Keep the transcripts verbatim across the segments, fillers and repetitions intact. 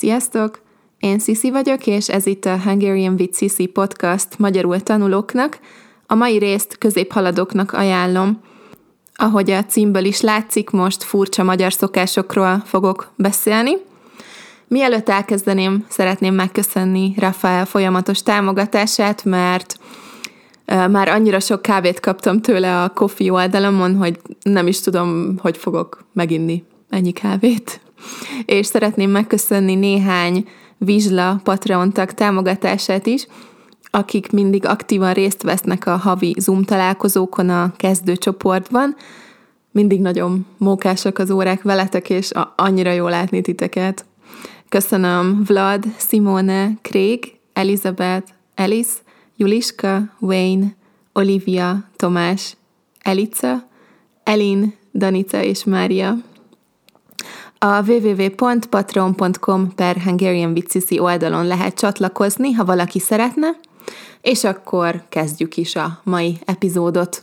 Sziasztok! Én Sziszi vagyok, és ez itt a Hungarian with Sissi podcast magyarul tanulóknak. A mai részt középhaladóknak ajánlom. Ahogy a címből is látszik, most furcsa magyar szokásokról fogok beszélni. Mielőtt elkezdeném, szeretném megköszönni Rafael folyamatos támogatását, mert már annyira sok kávét kaptam tőle a Ko-fi oldalomon, hogy nem is tudom, hogy fogok meginni ennyi kávét. És szeretném megköszönni néhány Vizsla Patreon tag támogatását is, akik mindig aktívan részt vesznek a havi Zoom találkozókon a kezdőcsoportban. Mindig nagyon mókásak az órák veletek, és annyira jó látni titeket. Köszönöm Vlad, Simone, Craig, Elizabeth, Alice, Juliska, Wayne, Olivia, Tomás, Elica, Elin, Danica és Mária. A double-u double-u double-u pont patreon pont com per Hungarian with Sissi oldalon lehet csatlakozni, ha valaki szeretne, és akkor kezdjük is a mai epizódot.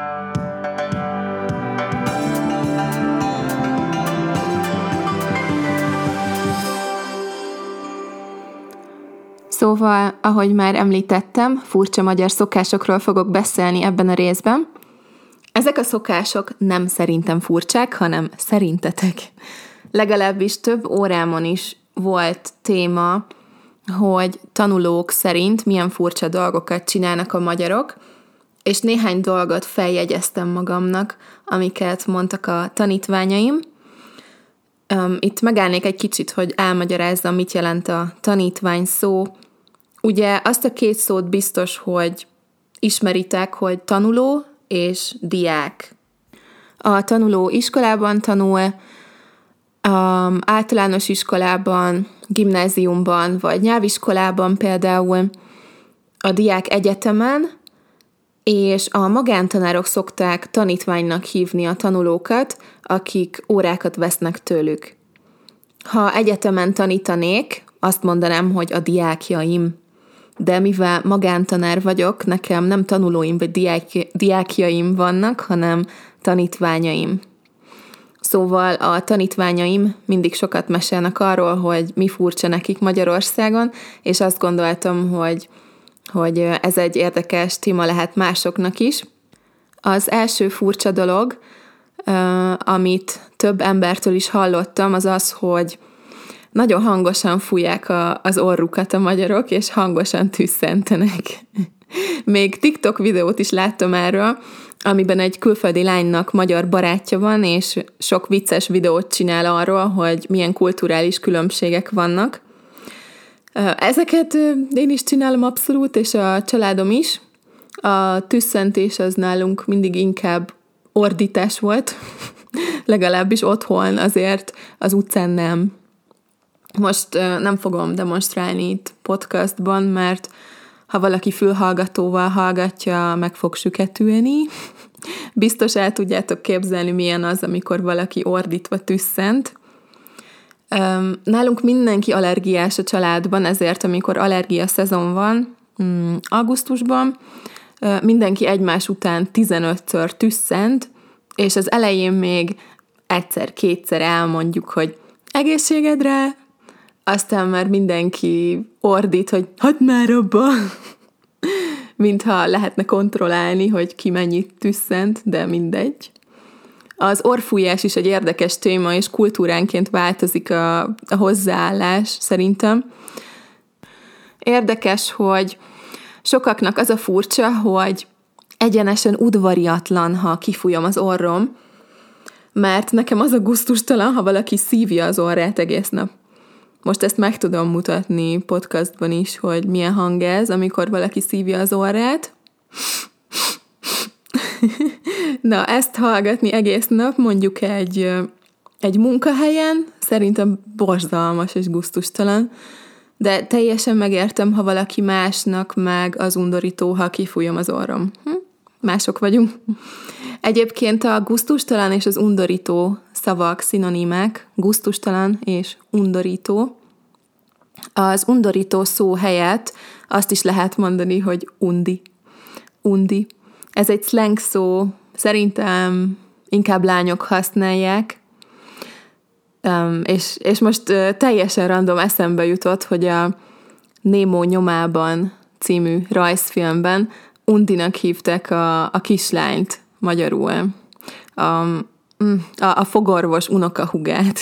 Szóval, ahogy már említettem, furcsa magyar szokásokról fogok beszélni ebben a részben. Ezek a szokások nem szerintem furcsák, hanem szerintetek. Legalábbis több órámon is volt téma, hogy tanulók szerint milyen furcsa dolgokat csinálnak a magyarok, és néhány dolgot feljegyeztem magamnak, amiket mondtak a tanítványaim. Itt megállnék egy kicsit, hogy elmagyarázzam, mit jelent a tanítvány szó. Ugye azt a két szót biztos, hogy ismeritek, hogy tanuló és diák. A tanuló iskolában tanul, Um, általános iskolában, gimnáziumban, vagy nyelviskolában például, a diák egyetemen, és a magántanárok szokták tanítványnak hívni a tanulókat, akik órákat vesznek tőlük. Ha egyetemen tanítanék, azt mondanám, hogy a diákjaim. De mivel magántanár vagyok, nekem nem tanulóim vagy diák, diákjaim vannak, hanem tanítványaim. Szóval a tanítványaim mindig sokat mesélnek arról, hogy mi furcsa nekik Magyarországon, és azt gondoltam, hogy, hogy ez egy érdekes téma lehet másoknak is. Az első furcsa dolog, amit több embertől is hallottam, az az, hogy nagyon hangosan fújják a, az orrukat a magyarok, és hangosan tüsszentenek. Még TikTok videót is láttam erről, amiben egy külföldi lánynak magyar barátja van, és sok vicces videót csinál arról, hogy milyen kulturális különbségek vannak. Ezeket én is csinálom abszolút, és a családom is. A tüsszentés az nálunk mindig inkább ordítás volt, legalábbis otthon, azért az utcán nem. Most nem fogom demonstrálni itt podcastban, mert ha valaki fülhallgatóval hallgatja, meg fog süketülni. Biztos el tudjátok képzelni, milyen az, amikor valaki ordítva tüsszent. Nálunk mindenki allergiás a családban, ezért amikor allergia szezon van, augusztusban, mindenki egymás után tizenötször tüsszent, és az elején még egyszer-kétszer elmondjuk, hogy egészségedre, aztán már mindenki ordít, hogy hagyd már abba, mintha lehetne kontrollálni, hogy ki mennyit tüsszent, de mindegy. Az orrfújás is egy érdekes téma, és kultúránként változik a, a hozzáállás, szerintem. Érdekes, hogy sokaknak az a furcsa, hogy egyenesen udvariatlan, ha kifújom az orrom, mert nekem az a gusztustalan, ha valaki szívja az orrát egész nap. Most ezt meg tudom mutatni podcastban is, hogy milyen hang ez, amikor valaki szívja az orrát. Na, ezt hallgatni egész nap, mondjuk egy, egy munkahelyen, szerintem borzalmas és gusztustalan, de teljesen megértem, ha valaki másnak meg az undorító, ha kifújom az orrom. Hm? Mások vagyunk. Egyébként a gusztustalan és az undorító szavak szinonimák, gusztustalan és undorító. Az undorító szó helyett azt is lehet mondani, hogy undi. Undi. Ez egy slang szó, szerintem inkább lányok használják. Um, és, és most uh, teljesen random eszembe jutott, hogy a Nemo nyomában című rajzfilmben Undinak hívták a, a kislányt magyarul. A, a, a fogorvos unokahugát.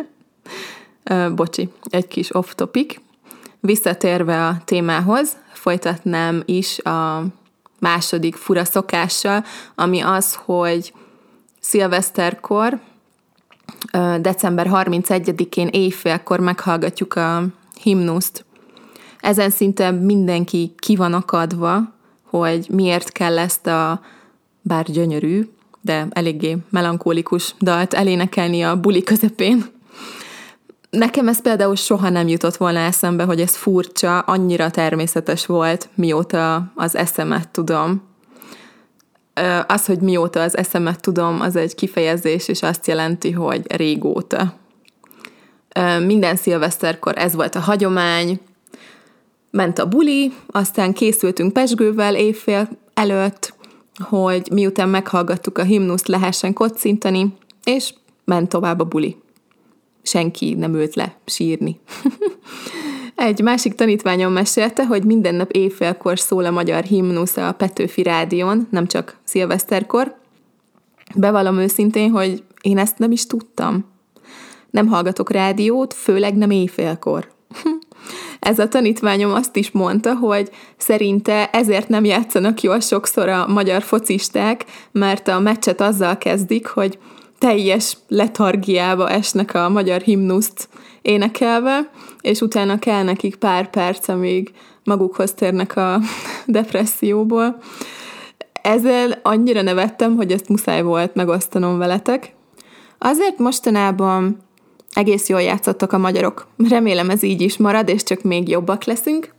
uh, bocsi, egy kis off-topic. Visszatérve a témához, folytatnám is a második fura szokással, ami az, hogy szilveszterkor, december harmincegyedikén éjfélkor meghallgatjuk a himnuszt. Ezen szinte mindenki ki van akadva, hogy miért kell ezt a bár gyönyörű, de eléggé melankólikus dalt elénekelni a buli közepén. Nekem ez például soha nem jutott volna eszembe, hogy ez furcsa, annyira természetes volt, mióta az eszemet tudom. Az, hogy mióta az eszemet tudom, az egy kifejezés, és azt jelenti, hogy régóta. Minden szilveszterkor ez volt a hagyomány, ment a buli, aztán készültünk pezsgővel éjfél előtt, hogy miután meghallgattuk a himnuszt, lehessen kocintani, és ment tovább a buli. Senki nem ült le sírni. Egy másik tanítványom mesélte, hogy minden nap éjfélkor szól a magyar himnusz a Petőfi Rádión, nem csak szilveszterkor. Bevallom őszintén, hogy én ezt nem is tudtam. Nem hallgatok rádiót, főleg nem éjfélkor. Ez a tanítványom azt is mondta, hogy szerinte ezért nem játszanak jól sokszor a magyar focisták, mert a meccset azzal kezdik, hogy teljes letargiába esnek a magyar himnuszt énekelve, és utána kell nekik pár perc, amíg magukhoz térnek a depresszióból. Ezzel annyira nevettem, hogy ezt muszáj volt megosztanom veletek. Azért mostanában egész jól játszottak a magyarok. Remélem ez így is marad, és csak még jobbak leszünk.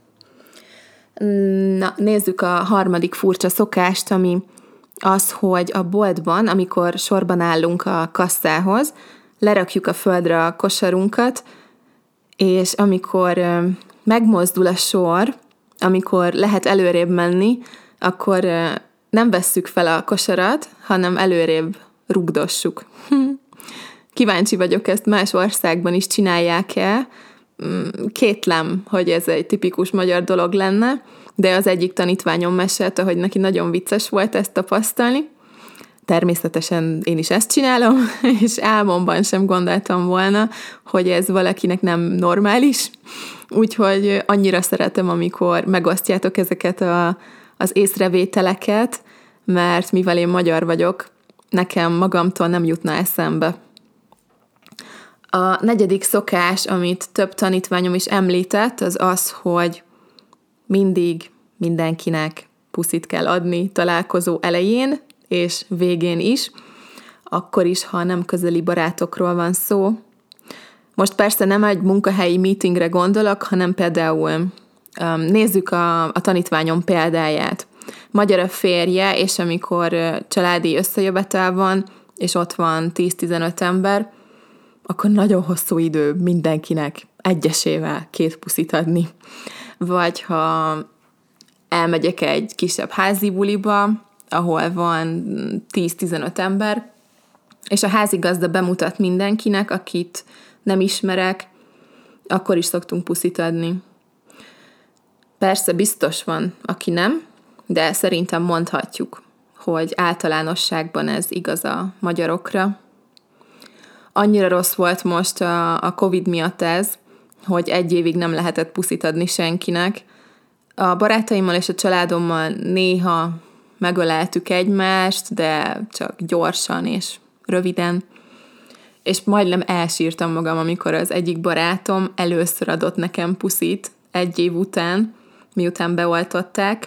Na, nézzük a harmadik furcsa szokást, ami az, hogy a boltban, amikor sorban állunk a kasszához, lerakjuk a földre a kosarunkat, és amikor megmozdul a sor, amikor lehet előrébb menni, akkor nem vesszük fel a kosarat, hanem előrébb rugdossuk. Kíváncsi vagyok, ezt más országban is csinálják-e. Kétlem, hogy ez egy tipikus magyar dolog lenne, de az egyik tanítványom mesélte, hogy neki nagyon vicces volt ezt tapasztalni. Természetesen én is ezt csinálom, és álmomban sem gondoltam volna, hogy ez valakinek nem normális. Úgyhogy annyira szeretem, amikor megosztjátok ezeket a, az észrevételeket, mert mivel én magyar vagyok, nekem magamtól nem jutna eszembe. A negyedik szokás, amit több tanítványom is említett, az az, hogy mindig mindenkinek puszit kell adni találkozó elején, és végén is, akkor is, ha nem közeli barátokról van szó. Most persze nem egy munkahelyi meetingre gondolok, hanem például um, nézzük a, a tanítványom példáját. Magyar a férje, és amikor uh, családi összejövetel van, és ott van tíz-tizenöt ember, akkor nagyon hosszú idő mindenkinek egyesével két puszit adni. Vagy ha elmegyek egy kisebb házi buliba, ahol van tíz-tizenöt ember, és a házigazda bemutat mindenkinek, akit nem ismerek, akkor is szoktunk puszit adni. Persze biztos van, aki nem, de szerintem mondhatjuk, hogy általánosságban ez igaz a magyarokra. Annyira rossz volt most a, a Covid miatt ez, hogy egy évig nem lehetett puszit adni senkinek. A barátaimmal és a családommal néha megöleltük egymást, de csak gyorsan és röviden. És majdnem elsírtam magam, amikor az egyik barátom először adott nekem puszit egy év után, miután beoltották.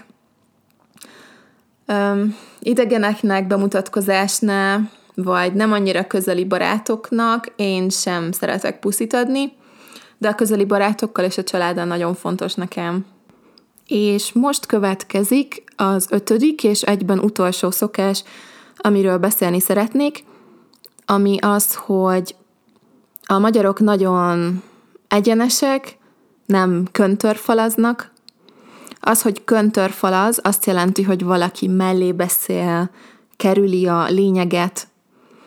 Üm, idegeneknek bemutatkozásnál, vagy nem annyira közeli barátoknak én sem szeretek puszit adni, de a közeli barátokkal és a családdal nagyon fontos nekem. És most következik az ötödik és egyben utolsó szokás, amiről beszélni szeretnék, ami az, hogy a magyarok nagyon egyenesek, nem köntörfalaznak. Az, hogy köntörfalaz, azt jelenti, hogy valaki mellé beszél, kerüli a lényeget.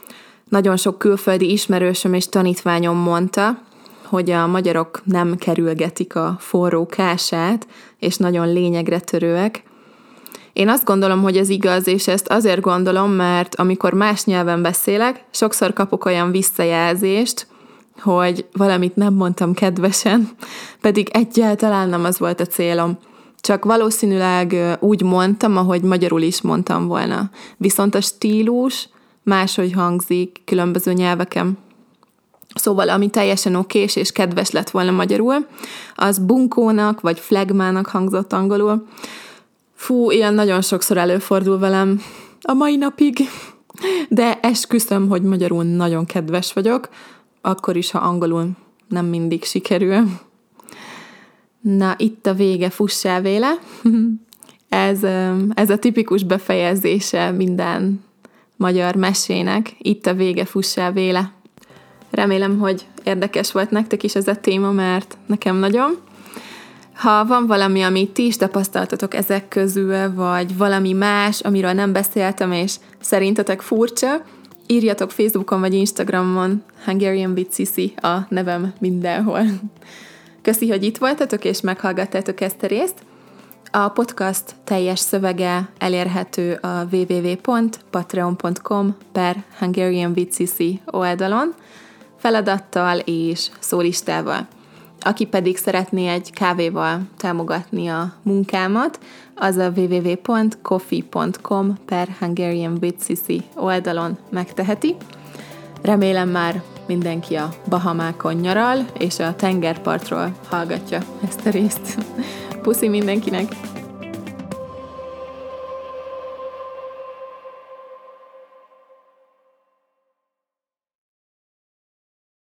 Nagyon sok külföldi ismerősöm és tanítványom mondta, hogy a magyarok nem kerülgetik a forró kását, és nagyon lényegre törőek. Én azt gondolom, hogy ez igaz, és ezt azért gondolom, mert amikor más nyelven beszélek, sokszor kapok olyan visszajelzést, hogy valamit nem mondtam kedvesen, pedig egyáltalán nem az volt a célom. Csak valószínűleg úgy mondtam, ahogy magyarul is mondtam volna. Viszont a stílus máshogy hangzik különböző nyelveken. Szóval, ami teljesen okés és kedves lett volna magyarul, az bunkónak vagy flagmának hangzott angolul. Fú, ilyen nagyon sokszor előfordul velem a mai napig, de esküszöm, hogy magyarul nagyon kedves vagyok, akkor is, ha angolul nem mindig sikerül. Na, itt a vége, fussál véle. Ez, ez a tipikus befejezése minden magyar mesének. Itt a vége, fussál véle. Remélem, hogy érdekes volt nektek is ez a téma, mert nekem nagyon. Ha van valami, amit ti is tapasztaltatok ezek közül, vagy valami más, amiről nem beszéltem, és szerintetek furcsa, írjatok Facebookon vagy Instagramon, Hungarian with Cici a nevem mindenhol. Köszi, hogy itt voltatok, és meghallgattátok ezt a részt. A podcast teljes szövege elérhető a www pont patreon pont com per Hungarian with Cici oldalon, feladattal és szólistával. Aki pedig szeretné egy kávéval támogatni a munkámat, az a www pont coffee pont com per Hungarian with Cici oldalon megteheti. Remélem már mindenki a Bahamákon nyaral, és a tengerpartról hallgatja ezt a részt. Puszi mindenkinek!